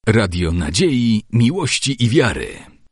Radio Nadziei, Miłości i Wiary.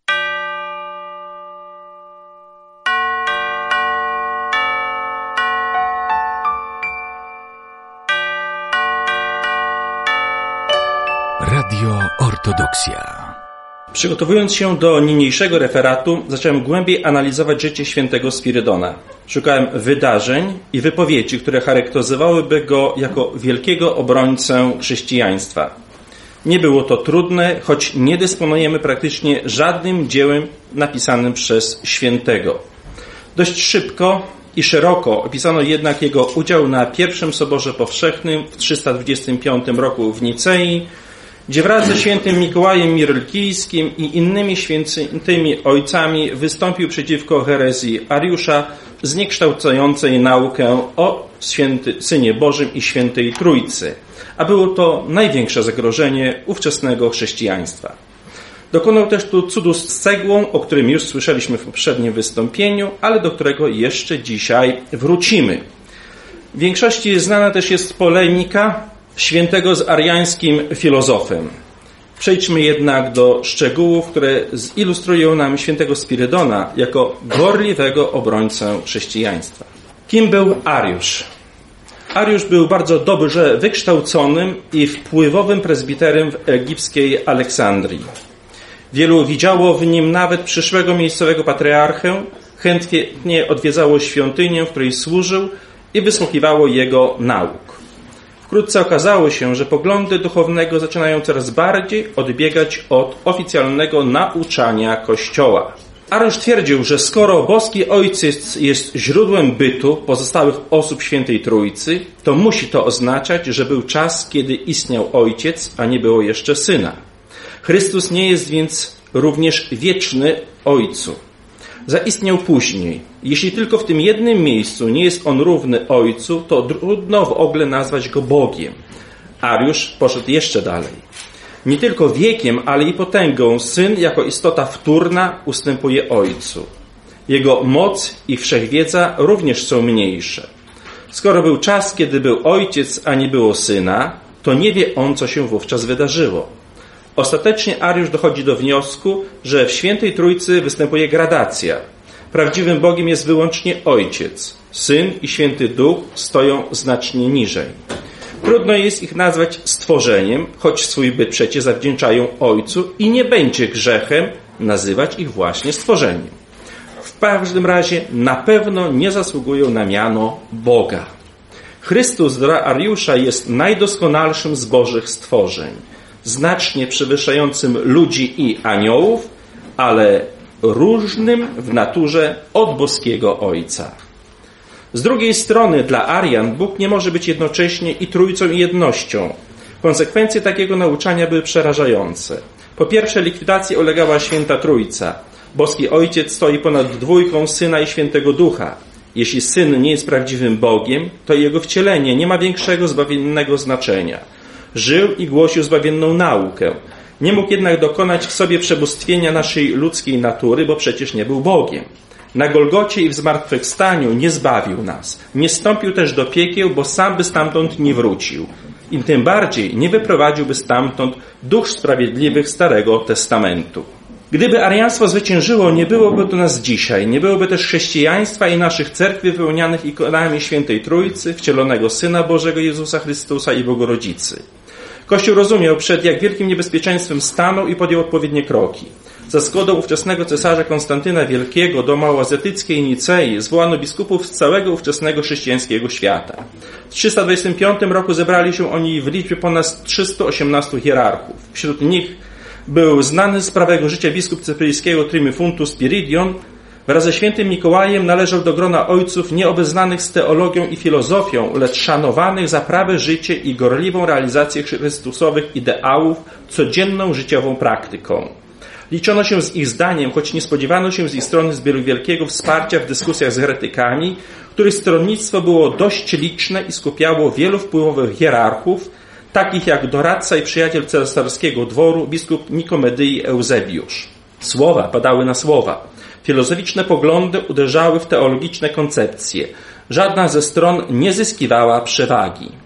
Radio Ortodoksja. Przygotowując się do niniejszego referatu, zacząłem głębiej analizować życie świętego Spirydona. Szukałem wydarzeń i wypowiedzi, które charakteryzowałyby go jako wielkiego obrońcę chrześcijaństwa. Nie było to trudne, choć nie dysponujemy praktycznie żadnym dziełem napisanym przez świętego. Dość szybko i szeroko opisano jednak jego udział na pierwszym Soborze Powszechnym w 325 roku w Nicei, gdzie wraz ze świętym Mikołajem Mirylkijskim i innymi świętymi ojcami wystąpił przeciwko herezji Ariusza zniekształcającej naukę o Synie Bożym i Świętej Trójcy, a było to największe zagrożenie ówczesnego chrześcijaństwa. Dokonał też tu cudu z cegłą, o którym już słyszeliśmy w poprzednim wystąpieniu, ale do którego jeszcze dzisiaj wrócimy. W większości znana też jest polemika świętego z ariańskim filozofem. Przejdźmy jednak do szczegółów, które zilustrują nam świętego Spirydona jako gorliwego obrońcę chrześcijaństwa. Kim był Ariusz? Ariusz był bardzo dobrze wykształconym i wpływowym prezbiterem w egipskiej Aleksandrii. Wielu widziało w nim nawet przyszłego miejscowego patriarchę, chętnie odwiedzało świątynię, w której służył i wysłuchiwało jego nauk. Wkrótce okazało się, że poglądy duchownego zaczynają coraz bardziej odbiegać od oficjalnego nauczania Kościoła. Ariusz twierdził, że skoro boski Ojciec jest źródłem bytu pozostałych osób Świętej Trójcy, to musi to oznaczać, że był czas, kiedy istniał Ojciec, a nie było jeszcze Syna. Chrystus nie jest więc również wieczny Ojcu. Zaistniał później. Jeśli tylko w tym jednym miejscu nie jest on równy Ojcu, to trudno w ogóle nazwać go Bogiem. Ariusz poszedł jeszcze dalej. Nie tylko wiekiem, ale i potęgą Syn jako istota wtórna ustępuje Ojcu. Jego moc i wszechwiedza również są mniejsze. Skoro był czas, kiedy był Ojciec, a nie było Syna, to nie wie on, co się wówczas wydarzyło. Ostatecznie Ariusz dochodzi do wniosku, że w Świętej Trójcy występuje gradacja. Prawdziwym Bogiem jest wyłącznie Ojciec. Syn i Święty Duch stoją znacznie niżej. Trudno jest ich nazwać stworzeniem, choć swój byt przecie zawdzięczają Ojcu i nie będzie grzechem nazywać ich właśnie stworzeniem. W każdym razie na pewno nie zasługują na miano Boga. Chrystus dla Ariusza jest najdoskonalszym z Bożych stworzeń, znacznie przewyższającym ludzi i aniołów, ale różnym w naturze od boskiego Ojca. Z drugiej strony dla Arian Bóg nie może być jednocześnie i Trójcą i jednością. Konsekwencje takiego nauczania były przerażające. Po pierwsze, likwidacji ulegała Święta Trójca. Boski Ojciec stoi ponad dwójką Syna i Świętego Ducha. Jeśli Syn nie jest prawdziwym Bogiem, to jego wcielenie nie ma większego zbawiennego znaczenia. Żył i głosił zbawienną naukę. Nie mógł jednak dokonać w sobie przebóstwienia naszej ludzkiej natury, bo przecież nie był Bogiem. Na Golgocie i w zmartwychwstaniu nie zbawił nas. Nie wstąpił też do piekieł, bo sam by stamtąd nie wrócił. I tym bardziej nie wyprowadziłby stamtąd dusz sprawiedliwych Starego Testamentu. Gdyby ariaństwo zwyciężyło, nie byłoby do nas dzisiaj. Nie byłoby też chrześcijaństwa i naszych cerkwi wypełnianych ikonami Świętej Trójcy, wcielonego Syna Bożego Jezusa Chrystusa i Bogorodzicy. Kościół rozumiał, przed jak wielkim niebezpieczeństwem stanął i podjął odpowiednie kroki. Za zgodą ówczesnego cesarza Konstantyna Wielkiego do małoazjatyckiej Nicei zwołano biskupów z całego ówczesnego chrześcijańskiego świata. W 325 roku zebrali się oni w liczbie ponad 318 hierarchów. Wśród nich był znany z prawego życia biskup cypryjskiego Trymifuntus Spiridion. Wraz ze świętym Mikołajem należał do grona ojców nieobeznanych z teologią i filozofią, lecz szanowanych za prawe życie i gorliwą realizację chrystusowych ideałów codzienną życiową praktyką. Liczono się z ich zdaniem, choć nie spodziewano się z ich strony zbyt wielkiego wsparcia w dyskusjach z heretykami, których stronnictwo było dość liczne i skupiało wielu wpływowych hierarchów, takich jak doradca i przyjaciel cesarskiego dworu, biskup Nikomedyi Eusebiusz. Słowa padały na słowa. Filozoficzne poglądy uderzały w teologiczne koncepcje. Żadna ze stron nie zyskiwała przewagi.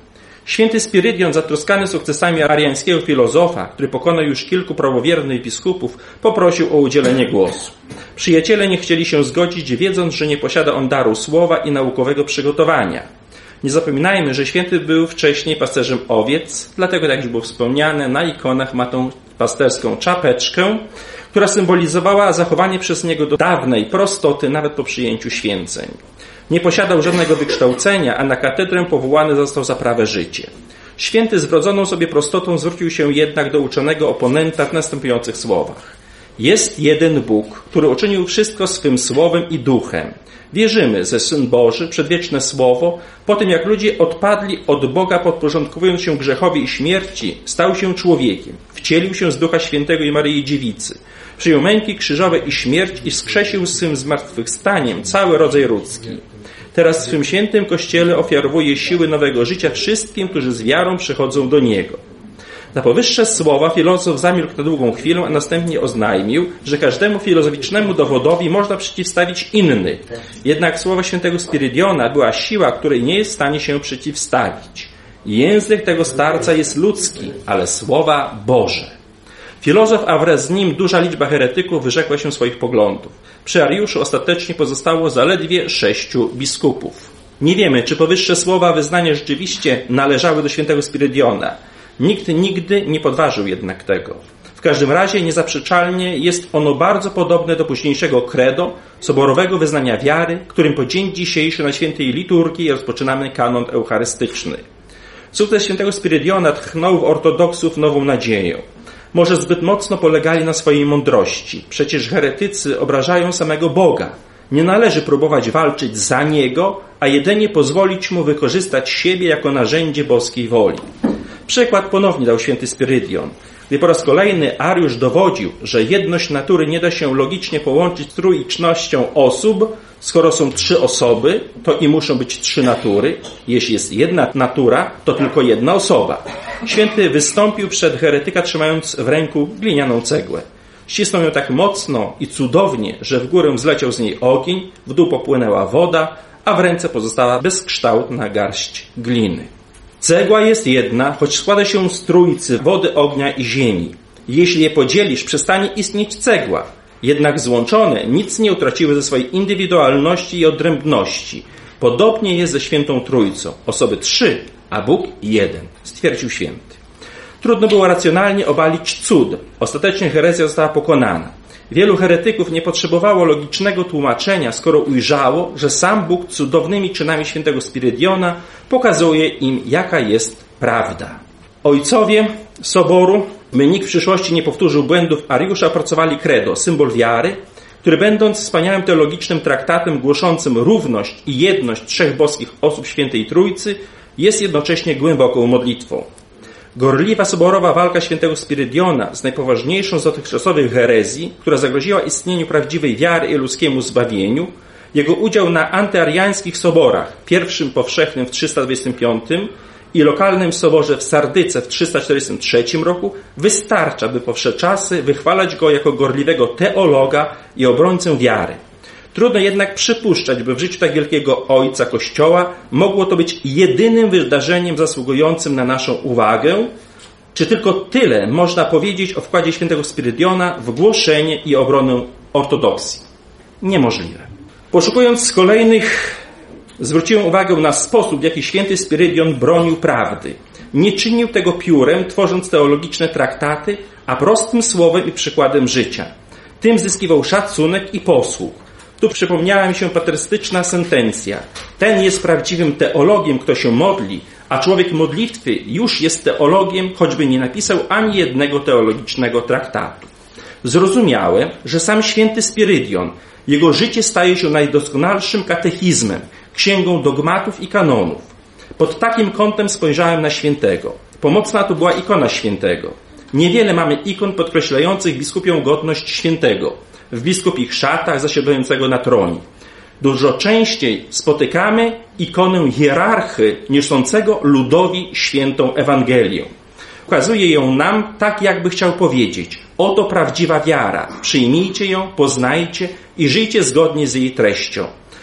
Święty Spirydion, zatroskany sukcesami ariańskiego filozofa, który pokonał już kilku prawowiernych biskupów, poprosił o udzielenie głosu. Przyjaciele nie chcieli się zgodzić, wiedząc, że nie posiada on daru słowa i naukowego przygotowania. Nie zapominajmy, że święty był wcześniej pasterzem owiec, dlatego, jak już było wspomniane, na ikonach ma tą pasterską czapeczkę, która symbolizowała zachowanie przez niego do dawnej prostoty nawet po przyjęciu święceń. Nie posiadał żadnego wykształcenia, a na katedrę powołany został za prawe życie. Święty z wrodzoną sobie prostotą zwrócił się jednak do uczonego oponenta w następujących słowach. Jest jeden Bóg, który uczynił wszystko swym słowem i duchem. Wierzymy, że Syn Boży, przedwieczne Słowo, po tym jak ludzie odpadli od Boga, podporządkowując się grzechowi i śmierci, stał się człowiekiem, wcielił się z Ducha Świętego i Maryi Dziewicy, przyjął męki krzyżowe i śmierć i wskrzesił z swym zmartwychwstaniem cały rodzaj ludzki. Teraz w swym świętym Kościele ofiarowuje siły nowego życia wszystkim, którzy z wiarą przychodzą do Niego. Na powyższe słowa filozof zamilkł na długą chwilę, a następnie oznajmił, że każdemu filozoficznemu dowodowi można przeciwstawić inny. Jednak słowa świętego Spirydiona była siła, której nie jest w stanie się przeciwstawić. Język tego starca jest ludzki, ale słowa Boże. Filozof, a wraz z nim duża liczba heretyków wyrzekła się swoich poglądów. Przy Ariuszu ostatecznie pozostało zaledwie 6 biskupów. Nie wiemy, czy powyższe słowa wyznania rzeczywiście należały do świętego Spirydiona. Nikt nigdy nie podważył jednak tego. W każdym razie niezaprzeczalnie jest ono bardzo podobne do późniejszego credo, soborowego wyznania wiary, którym po dzień dzisiejszy na świętej liturgii rozpoczynamy kanon eucharystyczny. Sukces świętego Spirydiona tchnął w ortodoksów nową nadzieję. Może zbyt mocno polegali na swojej mądrości. Przecież heretycy obrażają samego Boga. Nie należy próbować walczyć za Niego, a jedynie pozwolić Mu wykorzystać siebie jako narzędzie boskiej woli. Przykład ponownie dał święty Spirydion, gdy po raz kolejny Ariusz dowodził, że jedność natury nie da się logicznie połączyć z trójcznością osób. Skoro są 3 osoby, to i muszą być 3 natury. Jeśli jest jedna natura, to tylko jedna osoba. Święty wystąpił przed heretyka, trzymając w ręku glinianą cegłę. Ścisnął ją tak mocno i cudownie, że w górę wzleciał z niej ogień, w dół popłynęła woda, a w ręce pozostała bezkształtna garść gliny. Cegła jest jedna, choć składa się z trójcy wody, ognia i ziemi. Jeśli je podzielisz, przestanie istnieć cegła. Jednak złączone nic nie utraciły ze swojej indywidualności i odrębności. Podobnie jest ze świętą Trójcą. Osoby 3, a Bóg 1, stwierdził święty. Trudno było racjonalnie obalić cud. Ostatecznie herezja została pokonana. Wielu heretyków nie potrzebowało logicznego tłumaczenia, skoro ujrzało, że sam Bóg cudownymi czynami świętego Spirydiona pokazuje im, jaka jest prawda. Ojcowie Soboru, by nikt w przyszłości nie powtórzył błędów Ariusza, opracowali credo, symbol wiary, który będąc wspaniałym teologicznym traktatem głoszącym równość i jedność 3 boskich osób świętej Trójcy, jest jednocześnie głęboką modlitwą. Gorliwa soborowa walka świętego Spirydiona z najpoważniejszą z dotychczasowych herezji, która zagroziła istnieniu prawdziwej wiary i ludzkiemu zbawieniu, jego udział na antyariańskich soborach, pierwszym powszechnym w 325 i lokalnym soborze w Sardyce w 343 roku, wystarcza, by po wsze czasy wychwalać go jako gorliwego teologa i obrońcę wiary. Trudno jednak przypuszczać, by w życiu tak wielkiego ojca Kościoła mogło to być jedynym wydarzeniem zasługującym na naszą uwagę. Czy tylko tyle można powiedzieć o wkładzie świętego Spirydiona w głoszenie i obronę ortodoksji? Niemożliwe. Poszukując z kolejnych, zwróciłem uwagę na sposób, w jaki święty Spirydion bronił prawdy. Nie czynił tego piórem, tworząc teologiczne traktaty, a prostym słowem i przykładem życia. Tym zyskiwał szacunek i posłuch. Tu przypomniała mi się patrystyczna sentencja. Ten jest prawdziwym teologiem, kto się modli, a człowiek modlitwy już jest teologiem, choćby nie napisał ani jednego teologicznego traktatu. Zrozumiałem, że sam święty Spirydion, jego życie staje się najdoskonalszym katechizmem, księgą dogmatów i kanonów. Pod takim kątem spojrzałem na świętego. Pomocna tu była ikona świętego. Niewiele mamy ikon podkreślających biskupią godność świętego w biskupich szatach zasiadającego na tronie. Dużo częściej spotykamy ikonę hierarchy niosącego ludowi świętą Ewangelię. Ukazuje ją nam tak, jakby chciał powiedzieć: oto prawdziwa wiara, przyjmijcie ją, poznajcie i żyjcie zgodnie z jej treścią.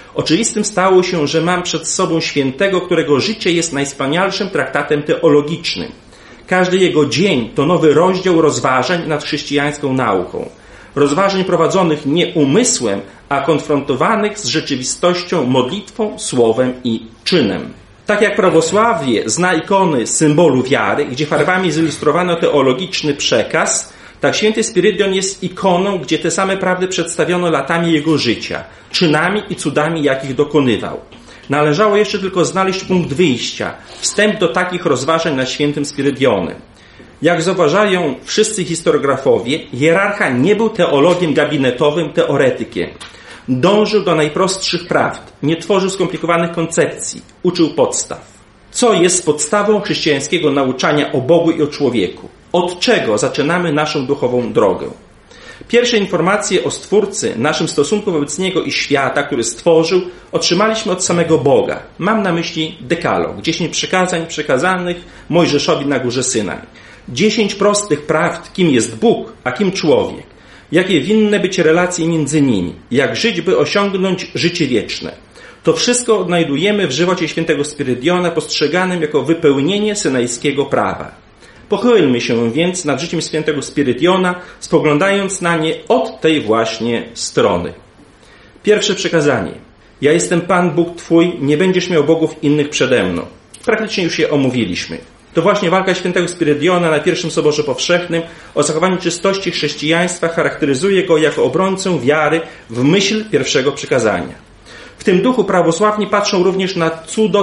Oczywistym stało się, że mam przed sobą świętego, którego życie jest najwspanialszym traktatem teologicznym. Każdy jego dzień to nowy rozdział rozważań nad chrześcijańską nauką. Rozważań prowadzonych nie umysłem, a konfrontowanych z rzeczywistością, modlitwą, słowem i czynem. Tak jak prawosławie zna ikony symbolu wiary, gdzie farbami zilustrowano teologiczny przekaz, tak święty Spirydion jest ikoną, gdzie te same prawdy przedstawiono latami jego życia, czynami i cudami, jakich dokonywał. Należało jeszcze tylko znaleźć punkt wyjścia, wstęp do takich rozważań nad świętym Spirydionem. Jak zauważają wszyscy historiografowie, hierarcha nie był teologiem gabinetowym, teoretykiem. Dążył do najprostszych prawd, nie tworzył skomplikowanych koncepcji, uczył podstaw. Co jest podstawą chrześcijańskiego nauczania o Bogu i o człowieku? Od czego zaczynamy naszą duchową drogę? Pierwsze informacje o Stwórcy, naszym stosunku wobec Niego i świata, który stworzył, otrzymaliśmy od samego Boga. Mam na myśli Dekalog, 10 przykazań przekazanych Mojżeszowi na górze Synaj. 10 prostych prawd, kim jest Bóg, a kim człowiek. Jakie winny być relacje między nimi. Jak żyć, by osiągnąć życie wieczne. To wszystko odnajdujemy w żywocie świętego Spirydiona, postrzeganym jako wypełnienie synajskiego prawa. Pochylmy się więc nad życiem świętego Spirydiona, spoglądając na nie od tej właśnie strony. Pierwsze przekazanie. Ja jestem Pan Bóg Twój, nie będziesz miał bogów innych przede mną. Praktycznie już je omówiliśmy. To właśnie walka świętego Spirydiona na pierwszym Soborze Powszechnym o zachowanie czystości chrześcijaństwa charakteryzuje go jako obrońcę wiary w myśl pierwszego przykazania. W tym duchu prawosławni patrzą również na cudo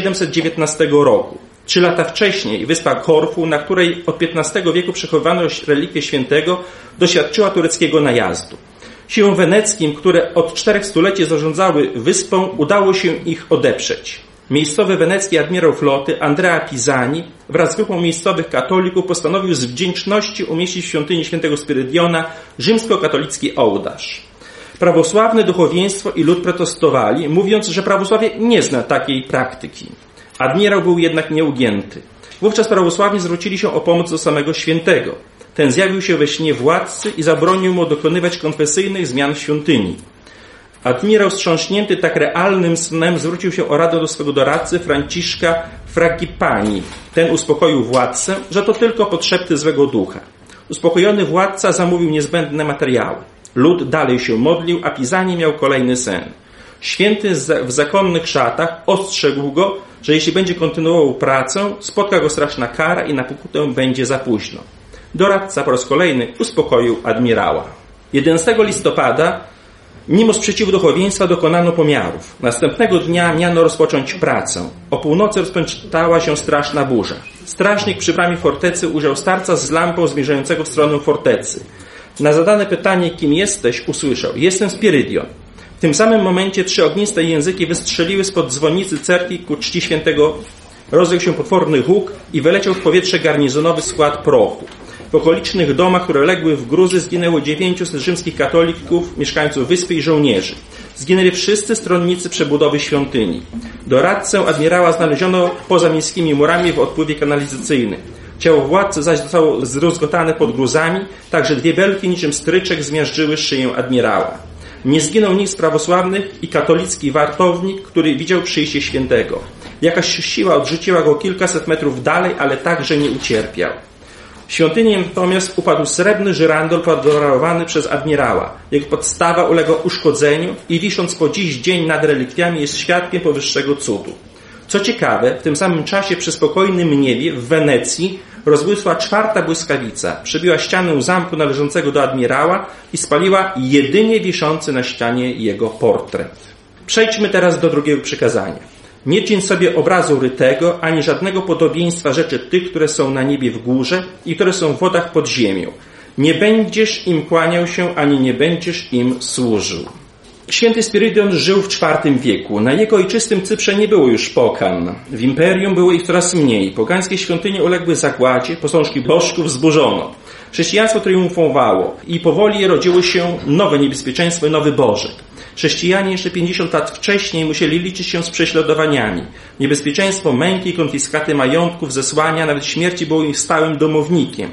1719 roku. 3 lata wcześniej wyspa Korfu, na której od XV wieku przechowywano relikwie świętego, doświadczyła tureckiego najazdu. Siłom weneckim, które od 4 stuleci zarządzały wyspą, udało się ich odeprzeć. Miejscowy wenecki admirał floty Andrea Pisani wraz z grupą miejscowych katolików postanowił z wdzięczności umieścić w świątyni świętego Spirydiona rzymskokatolicki ołtarz. Prawosławne duchowieństwo i lud protestowali, mówiąc, że prawosławie nie zna takiej praktyki. Admirał był jednak nieugięty. Wówczas prawosławni zwrócili się o pomoc do samego świętego. Ten zjawił się we śnie władcy i zabronił mu dokonywać konfesyjnych zmian w świątyni. Admirał, wstrząśnięty tak realnym snem, zwrócił się o radę do swego doradcy Franciszka Fragipani. Ten uspokoił władcę, że to tylko podszepty złego ducha. Uspokojony władca zamówił niezbędne materiały. Lud dalej się modlił, a Pisani miał kolejny sen. Święty w zakonnych szatach ostrzegł go, że jeśli będzie kontynuował pracę, spotka go straszna kara i na pokutę będzie za późno. Doradca po raz kolejny uspokoił admirała. 11 listopada, mimo sprzeciwu duchowieństwa, dokonano pomiarów. Następnego dnia miano rozpocząć pracę. O północy rozpętała się straszna burza. Strażnik przy bramie fortecy ujrzał starca z lampą zmierzającego w stronę fortecy. Na zadane pytanie, kim jesteś, usłyszał: jestem Spirydion. W tym samym momencie 3 ogniste języki wystrzeliły spod dzwonnicy cerkwi ku czci świętego. Rozległ się potworny huk i wyleciał w powietrze garnizonowy skład prochu. W okolicznych domach, które legły w gruzy, zginęło 900 rzymskich katolików, mieszkańców wyspy i żołnierzy. Zginęli wszyscy stronnicy przebudowy świątyni. Doradcę admirała znaleziono poza miejskimi murami w odpływie kanalizacyjnym. Ciało władcy zaś zostało zrozgotane pod gruzami, także 2 belki niczym stryczek zmiażdżyły szyję admirała. Nie zginął nikt z prawosławnych i katolicki wartownik, który widział przyjście świętego. Jakaś siła odrzuciła go kilkaset metrów dalej, ale także nie ucierpiał. W świątyni natomiast upadł srebrny żyrandol podarowany przez admirała. Jego podstawa uległa uszkodzeniu i wisząc po dziś dzień nad relikwiami jest świadkiem powyższego cudu. Co ciekawe, w tym samym czasie przy spokojnym niebie w Wenecji rozbłysła 4. błyskawica, przebiła ścianę zamku należącego do admirała i spaliła jedynie wiszący na ścianie jego portret. Przejdźmy teraz do drugiego przykazania. Nie czyń sobie obrazu rytego, ani żadnego podobieństwa rzeczy tych, które są na niebie w górze i które są w wodach pod ziemią. Nie będziesz im kłaniał się, ani nie będziesz im służył. Święty Spirydion żył w IV wieku. Na jego ojczystym Cyprze nie było już pogan. W imperium było ich coraz mniej. Pogańskie świątynie uległy zagładzie, posążki bożków zburzono. Chrześcijaństwo triumfowało i powoli rodziły się nowe niebezpieczeństwo i nowy Bożek. Chrześcijanie jeszcze 50 lat wcześniej musieli liczyć się z prześladowaniami. Niebezpieczeństwo męki, konfiskaty majątków, zesłania, nawet śmierci było ich stałym domownikiem.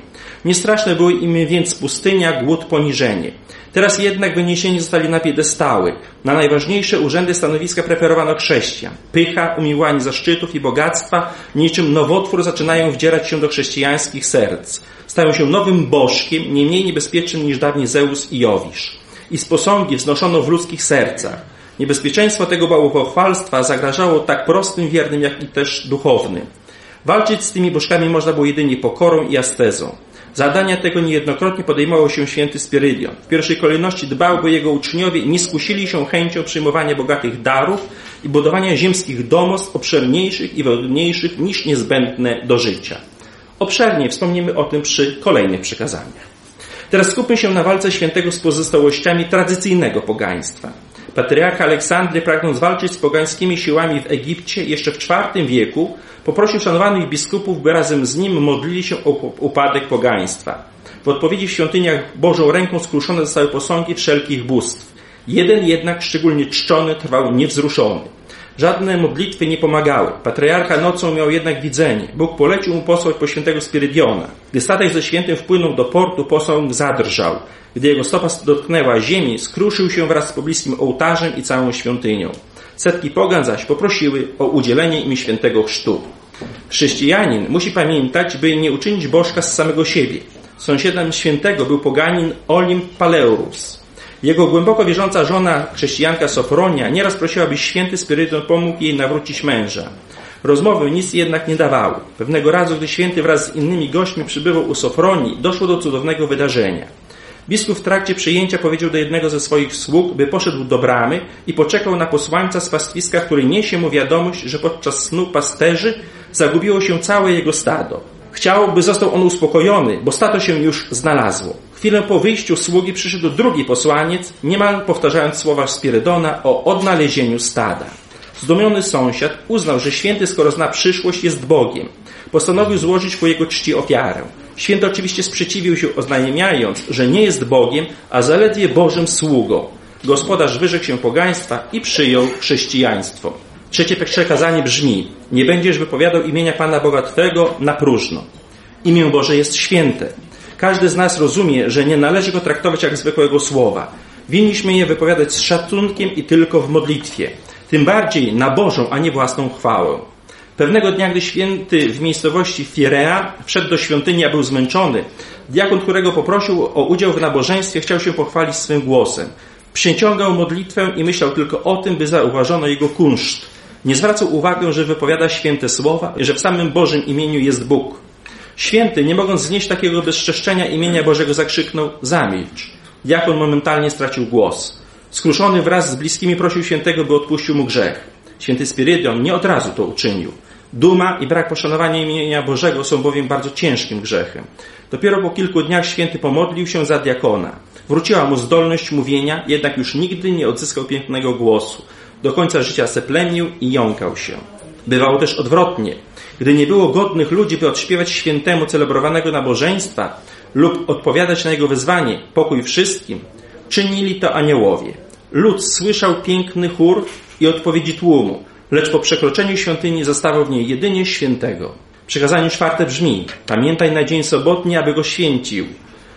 Nie straszne były im więc pustynia, głód, poniżenie. Teraz jednak wyniesieni zostali na piedestały. Na najważniejsze urzędy stanowiska preferowano chrześcijan. Pycha, umiłowanie zaszczytów i bogactwa niczym nowotwór zaczynają wdzierać się do chrześcijańskich serc. Stają się nowym bożkiem, nie mniej niebezpiecznym niż dawniej Zeus i Jowisz. I z posągi wznoszono w ludzkich sercach. Niebezpieczeństwo tego bałwochwalstwa zagrażało tak prostym wiernym, jak i też duchownym. Walczyć z tymi bożkami można było jedynie pokorą i astezą. Zadania tego niejednokrotnie podejmował się święty Spirydion. W pierwszej kolejności dbał, by jego uczniowie nie skusili się chęcią przyjmowania bogatych darów i budowania ziemskich domostw obszerniejszych i wygodniejszych niż niezbędne do życia. Obszernie wspomnimy o tym przy kolejnych przykazaniach. Teraz skupmy się na walce świętego z pozostałościami tradycyjnego pogaństwa. Patriarcha Aleksandry, pragnąc walczyć z pogańskimi siłami w Egipcie jeszcze w IV wieku, poprosił szanowanych biskupów, by razem z nim modlili się o upadek pogaństwa. W odpowiedzi w świątyniach Bożą ręką skruszone zostały posągi wszelkich bóstw. Jeden jednak, szczególnie czczony, trwał niewzruszony. Żadne modlitwy nie pomagały. Patriarcha nocą miał jednak widzenie. Bóg polecił mu posłać po świętego Spirydiona. Gdy statek ze świętym wpłynął do portu, posąg zadrżał. Gdy jego stopa dotknęła ziemi, skruszył się wraz z pobliskim ołtarzem i całą świątynią. Setki pogan zaś poprosiły o udzielenie im świętego chrztu. Chrześcijanin musi pamiętać, by nie uczynić bożka z samego siebie. Sąsiadem świętego był poganin Olimp Paleurus. Jego głęboko wierząca żona, chrześcijanka Sofronia, nieraz prosiła, by święty Spirydion pomógł jej nawrócić męża. Rozmowy nic jednak nie dawały. Pewnego razu, gdy święty wraz z innymi gośćmi przybywał u Sofronii, doszło do cudownego wydarzenia. Biskup w trakcie przyjęcia powiedział do jednego ze swoich sług, by poszedł do bramy i poczekał na posłańca z pastwiska, który niesie mu wiadomość, że podczas snu pasterzy zagubiło się całe jego stado. Chciał, by został on uspokojony, bo stado się już znalazło. Chwilę po wyjściu sługi przyszedł drugi posłaniec, niemal powtarzając słowa Spirydona o odnalezieniu stada. Zdumiony sąsiad uznał, że święty, skoro zna przyszłość, jest Bogiem. Postanowił złożyć ku jego czci ofiarę. Święty oczywiście sprzeciwił się, oznajmiając, że nie jest Bogiem, a zaledwie Bożym sługą. Gospodarz wyrzekł się pogaństwa i przyjął chrześcijaństwo. Trzecie przekazanie brzmi: nie będziesz wypowiadał imienia Pana Boga Twego na próżno. Imię Boże jest święte. Każdy z nas rozumie, że nie należy go traktować jak zwykłego słowa. Winniśmy je wypowiadać z szacunkiem i tylko w modlitwie. Tym bardziej na Bożą, a nie własną chwałę. Pewnego dnia, gdy święty w miejscowości Firea wszedł do świątyni, a był zmęczony, diakon, którego poprosił o udział w nabożeństwie, chciał się pochwalić swym głosem. Przyciągał modlitwę i myślał tylko o tym, by zauważono jego kunszt. Nie zwracał uwagi, że wypowiada święte słowa i że w samym Bożym imieniu jest Bóg. Święty, nie mogąc znieść takiego bezczeszczenia imienia Bożego, zakrzyknął: zamilcz. Diakon momentalnie stracił głos. Skruszony wraz z bliskimi prosił świętego, by odpuścił mu grzech. Święty Spirydion nie od razu to uczynił. Duma i brak poszanowania imienia Bożego są bowiem bardzo ciężkim grzechem. Dopiero po kilku dniach święty pomodlił się za diakona. Wróciła mu zdolność mówienia, jednak już nigdy nie odzyskał pięknego głosu. Do końca życia seplenił i jąkał się. Bywało też odwrotnie. Gdy nie było godnych ludzi, by odśpiewać świętemu celebrowanego nabożeństwa lub odpowiadać na jego wezwanie pokój wszystkim, czynili to aniołowie. Lud słyszał piękny chór i odpowiedzi tłumu, lecz po przekroczeniu świątyni zostawał w niej jedynie świętego. Przykazanie 4 brzmi: pamiętaj na dzień sobotni, aby go święcił.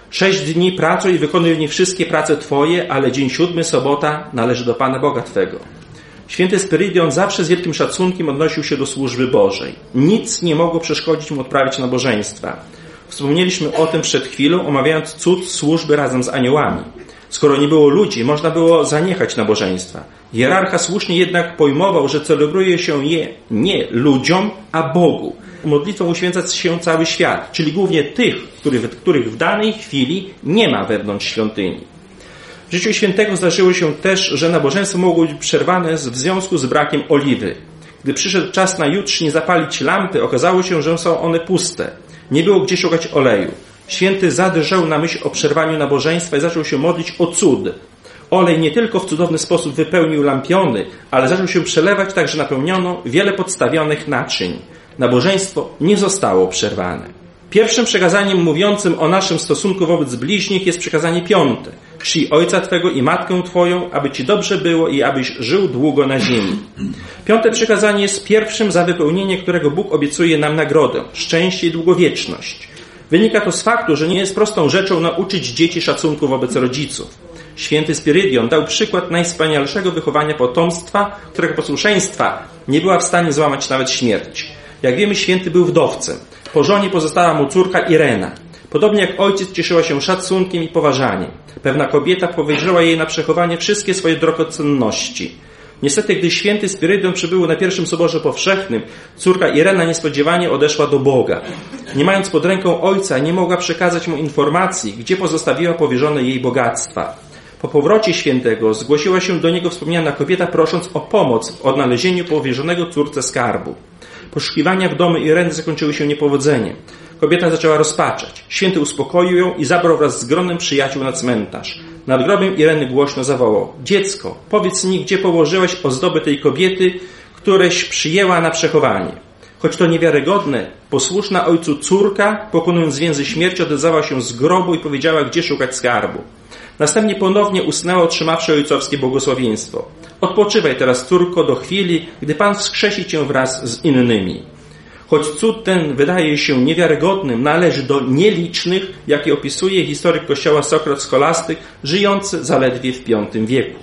6 dni pracuj i wykonuj w nich wszystkie prace Twoje, ale dzień 7, sobota, należy do Pana Boga Twego. Święty Spirydion zawsze z wielkim szacunkiem odnosił się do służby Bożej. Nic nie mogło przeszkodzić mu odprawiać nabożeństwa. Wspomnieliśmy o tym przed chwilą, omawiając cud służby razem z aniołami. Skoro nie było ludzi, można było zaniechać nabożeństwa. Hierarcha słusznie jednak pojmował, że celebruje się je nie ludziom, a Bogu. Modlitwą uświęca się cały świat, czyli głównie tych, których w danej chwili nie ma wewnątrz świątyni. W życiu świętego zdarzyło się też, że nabożeństwo mogło być przerwane w związku z brakiem oliwy. Gdy przyszedł czas na jutrznie zapalić lampy, okazało się, że są one puste. Nie było gdzie szukać oleju. Święty zadrżał na myśl o przerwaniu nabożeństwa i zaczął się modlić o cud. Olej nie tylko w cudowny sposób wypełnił lampiony, ale zaczął się przelewać, tak że napełniono wiele podstawionych naczyń. Nabożeństwo nie zostało przerwane. Pierwszym przekazaniem mówiącym o naszym stosunku wobec bliźnich jest przekazanie 5. Czcij ojca Twego i matkę Twoją, aby Ci dobrze było i abyś żył długo na ziemi. 5. przekazanie jest pierwszym, za wypełnienie którego Bóg obiecuje nam nagrodę, szczęście i długowieczność. Wynika to z faktu, że nie jest prostą rzeczą nauczyć dzieci szacunku wobec rodziców. Święty Spirydion dał przykład najwspanialszego wychowania potomstwa, którego posłuszeństwa nie była w stanie złamać nawet śmierć. Jak wiemy, święty był wdowcem. Po żonie pozostała mu córka Irena. Podobnie jak ojciec cieszyła się szacunkiem i poważaniem. Pewna kobieta powierzyła jej na przechowanie wszystkie swoje drogocenności. Niestety, gdy święty Spirydion przybył na pierwszym soborze powszechnym, córka Irena niespodziewanie odeszła do Boga. Nie mając pod ręką ojca, nie mogła przekazać mu informacji, gdzie pozostawiła powierzone jej bogactwa. Po powrocie świętego zgłosiła się do niego wspomniana kobieta, prosząc o pomoc w odnalezieniu powierzonego córce skarbu. Poszukiwania w domu Ireny zakończyły się niepowodzeniem. Kobieta zaczęła rozpaczać. Święty uspokoił ją i zabrał wraz z gronem przyjaciół na cmentarz. Nad grobem Ireny głośno zawołał: dziecko, powiedz mi, gdzie położyłeś ozdoby tej kobiety, któreś przyjęła na przechowanie. Choć to niewiarygodne, posłuszna ojcu córka, pokonując więzy śmierci, odezwała się z grobu i powiedziała, gdzie szukać skarbu. Następnie ponownie usnęła, otrzymawszy ojcowskie błogosławieństwo. Odpoczywaj teraz, córko, do chwili, gdy Pan wskrzesi cię wraz z innymi. Choć cud ten wydaje się niewiarygodnym, należy do nielicznych, jakie opisuje historyk kościoła Sokrat Scholastyk, żyjący zaledwie w V wieku.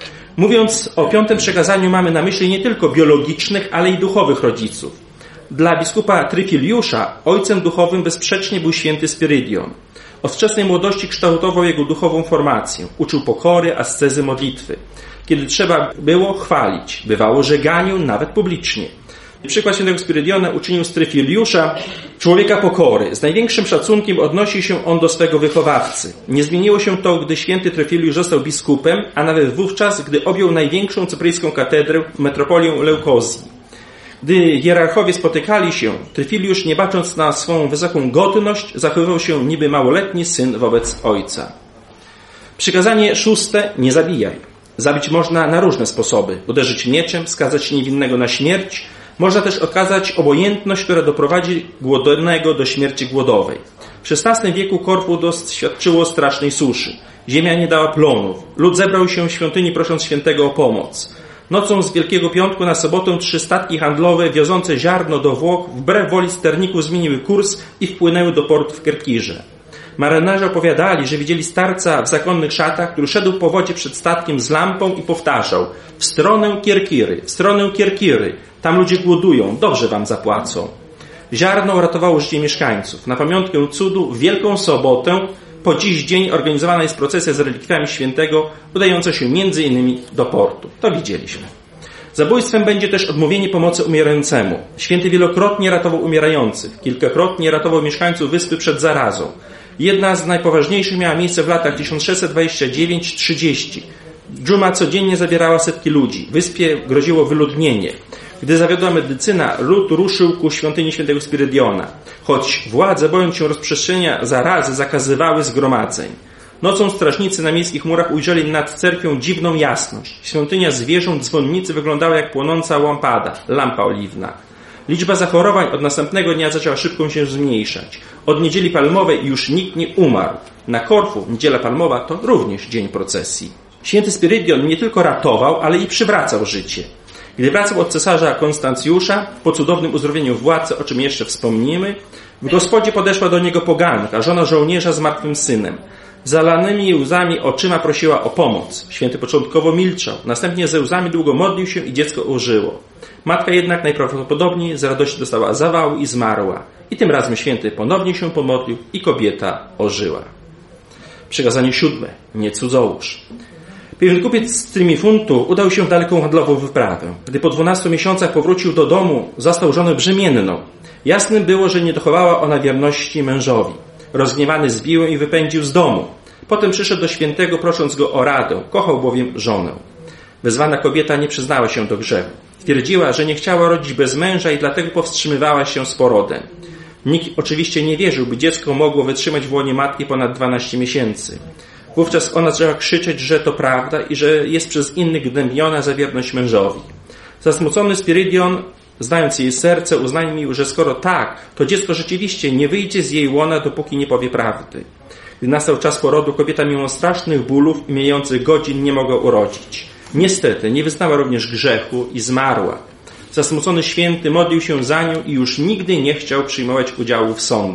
Mówiąc o piątym przekazaniu, mamy na myśli nie tylko biologicznych, ale i duchowych rodziców. Dla biskupa Tryfiliusza ojcem duchowym bezsprzecznie był święty Spirydion. Od wczesnej młodości kształtował jego duchową formację. Uczył pokory, ascezy, modlitwy. Kiedy trzeba było chwalić, bywało, że ganił nawet publicznie. Przykład świętego Spirydiona uczynił z Tryfiliusza człowieka pokory. Z największym szacunkiem odnosi się on do swego wychowawcy. Nie zmieniło się to, gdy święty Tryfiliusz został biskupem, a nawet wówczas, gdy objął największą cypryjską katedrę, metropolię Leukozji. Gdy hierarchowie spotykali się, Tryfiliusz, nie bacząc na swą wysoką godność, zachowywał się niby małoletni syn wobec ojca. Przykazanie 6. Nie zabijaj. Zabić można na różne sposoby. Uderzyć mieczem, skazać niewinnego na śmierć. Można też okazać obojętność, która doprowadzi głodnego do śmierci głodowej. W XVI wieku Korfu doświadczyło strasznej suszy. Ziemia nie dała plonów. Lud zebrał się w świątyni, prosząc świętego o pomoc. Nocą z Wielkiego Piątku na sobotę 3 statki handlowe wiozące ziarno do Włoch wbrew woli sterników zmieniły kurs i wpłynęły do portu w Kerkirze. Marynarze opowiadali, że widzieli starca w zakonnych szatach, który szedł po wodzie przed statkiem z lampą i powtarzał: w stronę Kierkiry, tam ludzie głodują, dobrze wam zapłacą. Ziarno uratowało życie mieszkańców. Na pamiątkę cudu w Wielką Sobotę po dziś dzień organizowana jest procesja z relikwiami świętego, udająca się m.in. do portu. To widzieliśmy. Zabójstwem będzie też odmówienie pomocy umierającemu. Święty wielokrotnie ratował umierających. Kilkakrotnie ratował mieszkańców wyspy przed zarazą. Jedna z najpoważniejszych miała miejsce w latach 1629-30. Dżuma codziennie zabierała setki ludzi. Wyspie groziło wyludnienie. Gdy zawiodła medycyna, lud ruszył ku świątyni świętego Spirydiona. Choć władze, bojąc się rozprzestrzenienia zarazy, zakazywały zgromadzeń. Nocą strażnicy na miejskich murach ujrzeli nad cerkwią dziwną jasność. Świątynia zwierząt, dzwonnicy wyglądała jak płonąca lampa oliwna. Liczba zachorowań od następnego dnia zaczęła szybko się zmniejszać. Od niedzieli palmowej już nikt nie umarł. Na Korfu niedziela palmowa to również dzień procesji. Święty Spirydion nie tylko ratował, ale i przywracał życie. Gdy wracał od cesarza Konstancjusza, po cudownym uzdrowieniu władcy, o czym jeszcze wspomnimy, w gospodzie podeszła do niego poganka, żona żołnierza z martwym synem. Zalanymi łzami oczyma prosiła o pomoc. Święty początkowo milczał, następnie ze łzami długo modlił się i dziecko ożyło. Matka jednak najprawdopodobniej z radości dostała zawału i zmarła. I tym razem święty ponownie się pomodlił i kobieta ożyła. Przykazanie 7. Nie cudzołóż. Pewien kupiec z Trimifuntu udał się w daleką handlową wyprawę. Gdy po 12 miesiącach powrócił do domu, zastał żonę brzemienną. Jasnym było, że nie dochowała ona wierności mężowi. Rozgniewany zbił ją i wypędził z domu. Potem przyszedł do świętego, prosząc go o radę. Kochał bowiem żonę. Wezwana kobieta nie przyznała się do grzechu. Twierdziła, że nie chciała rodzić bez męża i dlatego powstrzymywała się z porodem. Nikt oczywiście nie wierzył, by dziecko mogło wytrzymać w łonie matki ponad 12 miesięcy. Wówczas ona zaczęła krzyczeć, że to prawda i że jest przez innych gnębiona za wierność mężowi. Zasmucony Spirydion, znając jej serce, uznajmił, że skoro tak, to dziecko rzeczywiście nie wyjdzie z jej łona, dopóki nie powie prawdy. Gdy nastał czas porodu, kobieta mimo strasznych bólów i mijających godzin nie mogła urodzić. Niestety, nie wyznała również grzechu i zmarła. Zasmucony święty modlił się za nią i już nigdy nie chciał przyjmować udziału w sądach.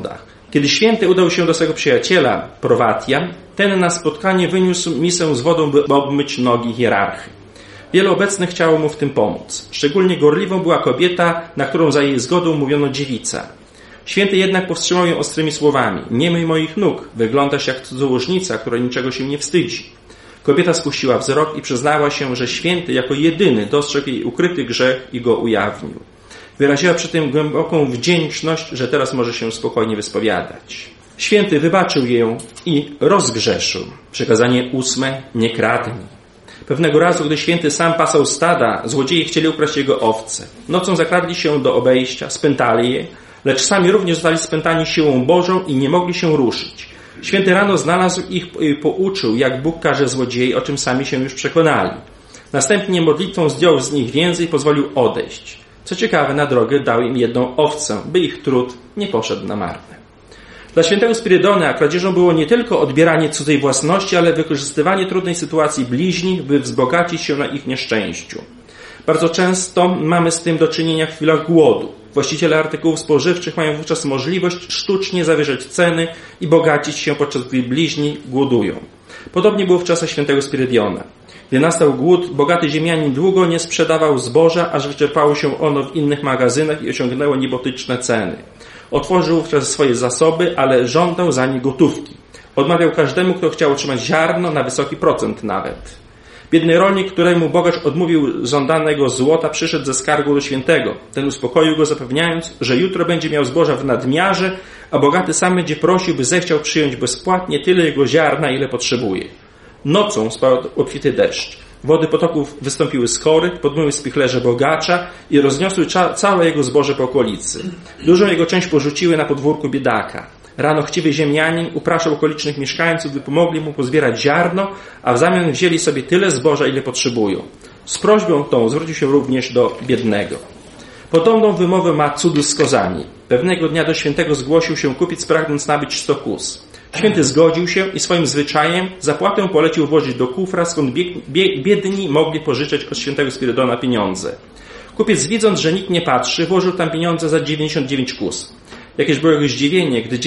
Kiedy święty udał się do swego przyjaciela, Prowatia, ten na spotkanie wyniósł misę z wodą, by obmyć nogi hierarchy. Wielu obecnych chciało mu w tym pomóc. Szczególnie gorliwą była kobieta, na którą za jej zgodą mówiono dziewica. Święty jednak powstrzymał ją ostrymi słowami. Nie myj moich nóg, wyglądasz jak cudzołożnica, która niczego się nie wstydzi. Kobieta spuściła wzrok i przyznała się, że święty jako jedyny dostrzegł jej ukryty grzech i go ujawnił. Wyraziła przy tym głęboką wdzięczność, że teraz może się spokojnie wyspowiadać. Święty wybaczył ją i rozgrzeszył. Przykazanie 8. Nie kradnij. Pewnego razu, gdy święty sam pasał stada, złodzieje chcieli ukraść jego owce. Nocą zakradli się do obejścia, spętali je, lecz sami również zostali spętani siłą Bożą i nie mogli się ruszyć. Święty rano znalazł ich i pouczył, jak Bóg karze złodziei, o czym sami się już przekonali. Następnie modlitwą zdjął z nich więzy i pozwolił odejść. Co ciekawe, na drogę dał im jedną owcę, by ich trud nie poszedł na marne. Dla świętego Spirydona kradzieżą było nie tylko odbieranie cudzej własności, ale wykorzystywanie trudnej sytuacji bliźnich, by wzbogacić się na ich nieszczęściu. Bardzo często mamy z tym do czynienia w chwilach głodu. Właściciele artykułów spożywczych mają wówczas możliwość sztucznie zawyżać ceny i bogacić się, podczas gdy bliźni głodują. Podobnie było w czasach świętego Spirydiona. Gdy nastał głód, bogaty ziemianin długo nie sprzedawał zboża, aż wyczerpało się ono w innych magazynach i osiągnęło niebotyczne ceny. Otworzył wówczas swoje zasoby, ale żądał za nie gotówki. Odmawiał każdemu, kto chciał otrzymać ziarno, na wysoki procent nawet. Biedny rolnik, któremu bogacz odmówił żądanego złota, przyszedł ze skargą do świętego. Ten uspokoił go, zapewniając, że jutro będzie miał zboża w nadmiarze, a bogaty sam będzie prosił, by zechciał przyjąć bezpłatnie tyle jego ziarna, ile potrzebuje. Nocą spadł obfity deszcz. Wody potoków wystąpiły z chorych, podmyły spichlerze bogacza i rozniosły całe jego zboże po okolicy. Dużą jego część porzuciły na podwórku biedaka. Rano chciwy ziemianin upraszał okolicznych mieszkańców, by pomogli mu pozbierać ziarno, a w zamian wzięli sobie tyle zboża, ile potrzebują. Z prośbą tą zwrócił się również do biednego. Podobną wymowę ma cudu z kozami. Pewnego dnia do świętego zgłosił się kupiec, pragnąc nabyć 100 kóz. Święty zgodził się i swoim zwyczajem zapłatę polecił włożyć do kufra, skąd biedni mogli pożyczać od świętego Spirydona pieniądze. Kupiec, widząc, że nikt nie patrzy, włożył tam pieniądze za 99 kóz. Jakież było jego zdziwienie, gdy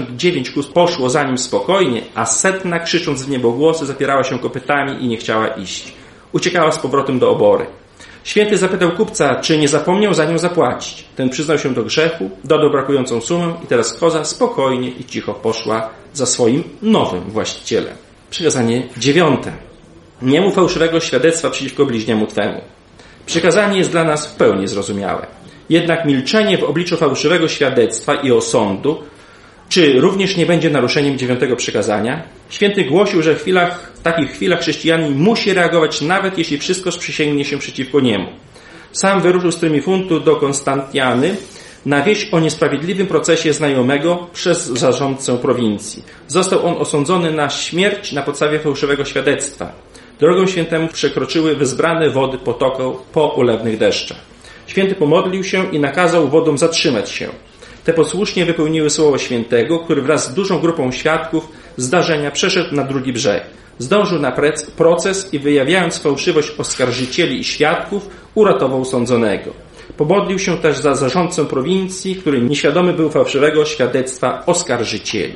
99 kóz poszło za nim spokojnie, a 100, krzycząc w niebogłosy, zapierała się kopytami i nie chciała iść. Uciekała z powrotem do obory. Święty zapytał kupca, czy nie zapomniał za nią zapłacić. Ten przyznał się do grzechu, dodał brakującą sumę i teraz koza spokojnie i cicho poszła za swoim nowym właścicielem. Przykazanie 9. Nie mów fałszywego świadectwa przeciwko bliźniemu twemu. Przykazanie jest dla nas w pełni zrozumiałe. Jednak milczenie w obliczu fałszywego świadectwa i osądu, czy również nie będzie naruszeniem 9 przykazania? Święty głosił, że w takich chwilach chrześcijanin musi reagować, nawet jeśli wszystko sprzysięgnie się przeciwko niemu. Sam wyruszył z trymifuntu do Konstancjany na wieść o niesprawiedliwym procesie znajomego przez zarządcę prowincji. Został on osądzony na śmierć na podstawie fałszywego świadectwa. Drogą świętemu przekroczyły wyzbrane wody potoku po ulewnych deszczach. Święty pomodlił się i nakazał wodom zatrzymać się. Te posłusznie wypełniły słowo świętego, który wraz z dużą grupą świadków zdarzenia przeszedł na drugi brzeg. Zdążył na proces i wyjawiając fałszywość oskarżycieli i świadków, uratował sądzonego. Pomodlił się też za zarządcę prowincji, który nieświadomy był fałszywego świadectwa oskarżycieli.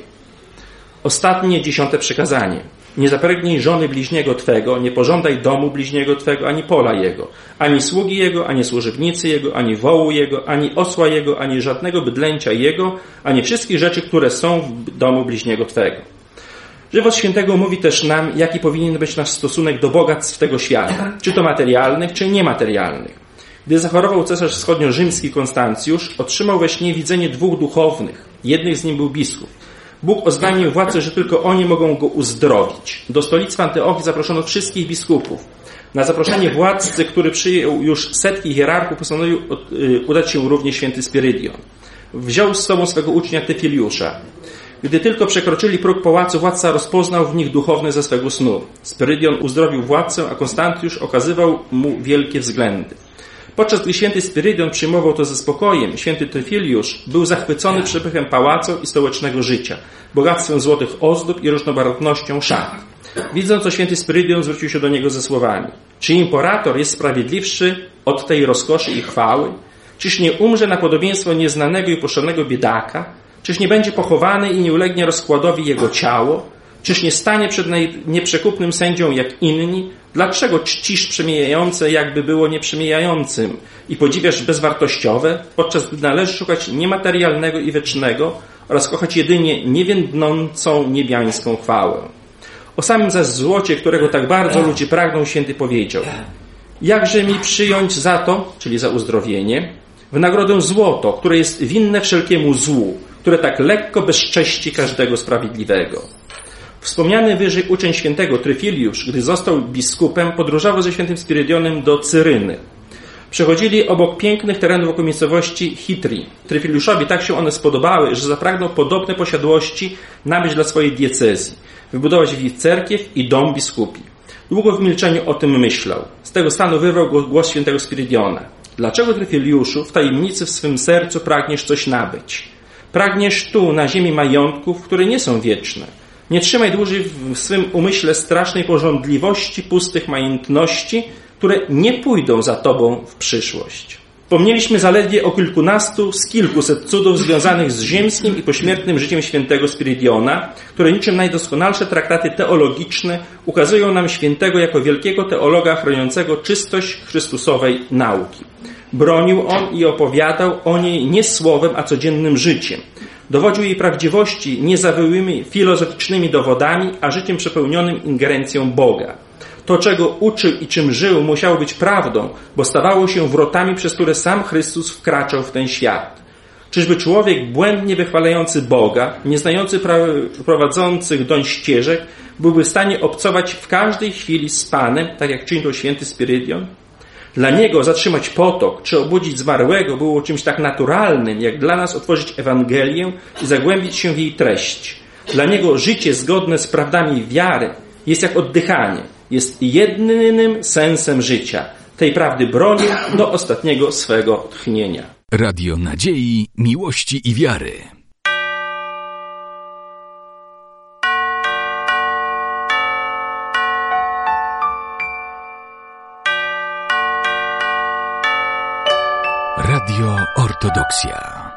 Ostatnie 10 przykazanie. Nie zapragnij żony bliźniego twego, nie pożądaj domu bliźniego twego, ani pola jego, ani sługi jego, ani służebnicy jego, ani wołu jego, ani osła jego, ani żadnego bydlęcia jego, ani wszystkich rzeczy, które są w domu bliźniego twego. Żywot świętego mówi też nam, jaki powinien być nasz stosunek do bogactw tego świata, czy to materialnych, czy niematerialnych. Gdy zachorował cesarz wschodnio-rzymski Konstancjusz, otrzymał we śnie widzenie 2 duchownych. Jednym z nim był biskup. Bóg oznajmił władcy, że tylko oni mogą go uzdrowić. Do stolicy Antiochii zaproszono wszystkich biskupów. Na zaproszenie władcy, który przyjął już setki hierarchów, postanowił udać się również święty Spirydion. Wziął z sobą swego ucznia Tyfiliusza. Gdy tylko przekroczyli próg pałacu, władca rozpoznał w nich duchowny ze swego snu. Spirydion uzdrowił władcę, a Konstancjusz okazywał mu wielkie względy. Podczas gdy święty Spirydion przyjmował to ze spokojem, święty Tyfiliusz był zachwycony przepychem pałacu i stołecznego życia, bogactwem złotych ozdób i różnorodnością szat. Widząc to, święty Spirydion zwrócił się do niego ze słowami: czy imperator jest sprawiedliwszy od tej rozkoszy i chwały? Czyż nie umrze na podobieństwo nieznanego i uposzczonego biedaka? Czyż nie będzie pochowany i nie ulegnie rozkładowi jego ciało? Czyż nie stanie przed nieprzekupnym sędzią jak inni? Dlaczego czcisz przemijające, jakby było nieprzemijającym i podziwiasz bezwartościowe, podczas gdy należy szukać niematerialnego i wiecznego oraz kochać jedynie niewiędnącą niebiańską chwałę? O samym zaś złocie, którego tak bardzo ludzie pragną, święty powiedział: jakże mi przyjąć za to, czyli za uzdrowienie, w nagrodę złoto, które jest winne wszelkiemu złu, które tak lekko bezcześci każdego sprawiedliwego. Wspomniany wyżej uczeń świętego Tryfiliusz, gdy został biskupem, podróżował ze świętym Spirydionem do Cyryny. Przechodzili obok pięknych terenów wokół miejscowości Chitri. Tryfiliuszowi tak się one spodobały, że zapragnął podobne posiadłości nabyć dla swojej diecezji, wybudować w nich cerkiew i dom biskupi. Długo w milczeniu o tym myślał. Z tego stanu wyrwał go głos świętego Spirydiona. Dlaczego, Tryfiliuszu, w tajemnicy w swym sercu pragniesz coś nabyć? Pragniesz tu, na ziemi, majątków, które nie są wieczne. Nie trzymaj dłużej w swym umyśle strasznej pożądliwości, pustych majątności, które nie pójdą za tobą w przyszłość. Wspomnieliśmy zaledwie o kilkunastu z kilkuset cudów związanych z ziemskim i pośmiertnym życiem świętego Spirydiona, które niczym najdoskonalsze traktaty teologiczne ukazują nam świętego jako wielkiego teologa chroniącego czystość chrystusowej nauki. Bronił on i opowiadał o niej nie słowem, a codziennym życiem. Dowodził jej prawdziwości nie zawyłymi filozoficznymi dowodami, a życiem przepełnionym ingerencją Boga. To, czego uczył i czym żył, musiało być prawdą, bo stawało się wrotami, przez które sam Chrystus wkraczał w ten świat. Czyżby człowiek błędnie wychwalający Boga, nie znający prowadzących doń ścieżek, byłby w stanie obcować w każdej chwili z Panem, tak jak czynił to święty Spirydion? Dla niego zatrzymać potok, czy obudzić zmarłego było czymś tak naturalnym, jak dla nas otworzyć Ewangelię i zagłębić się w jej treść. Dla niego życie zgodne z prawdami wiary jest jak oddychanie, jest jedynym sensem życia. Tej prawdy bronił do ostatniego swego tchnienia. Radio Nadziei, Miłości i Wiary. Radio Ortodoksja.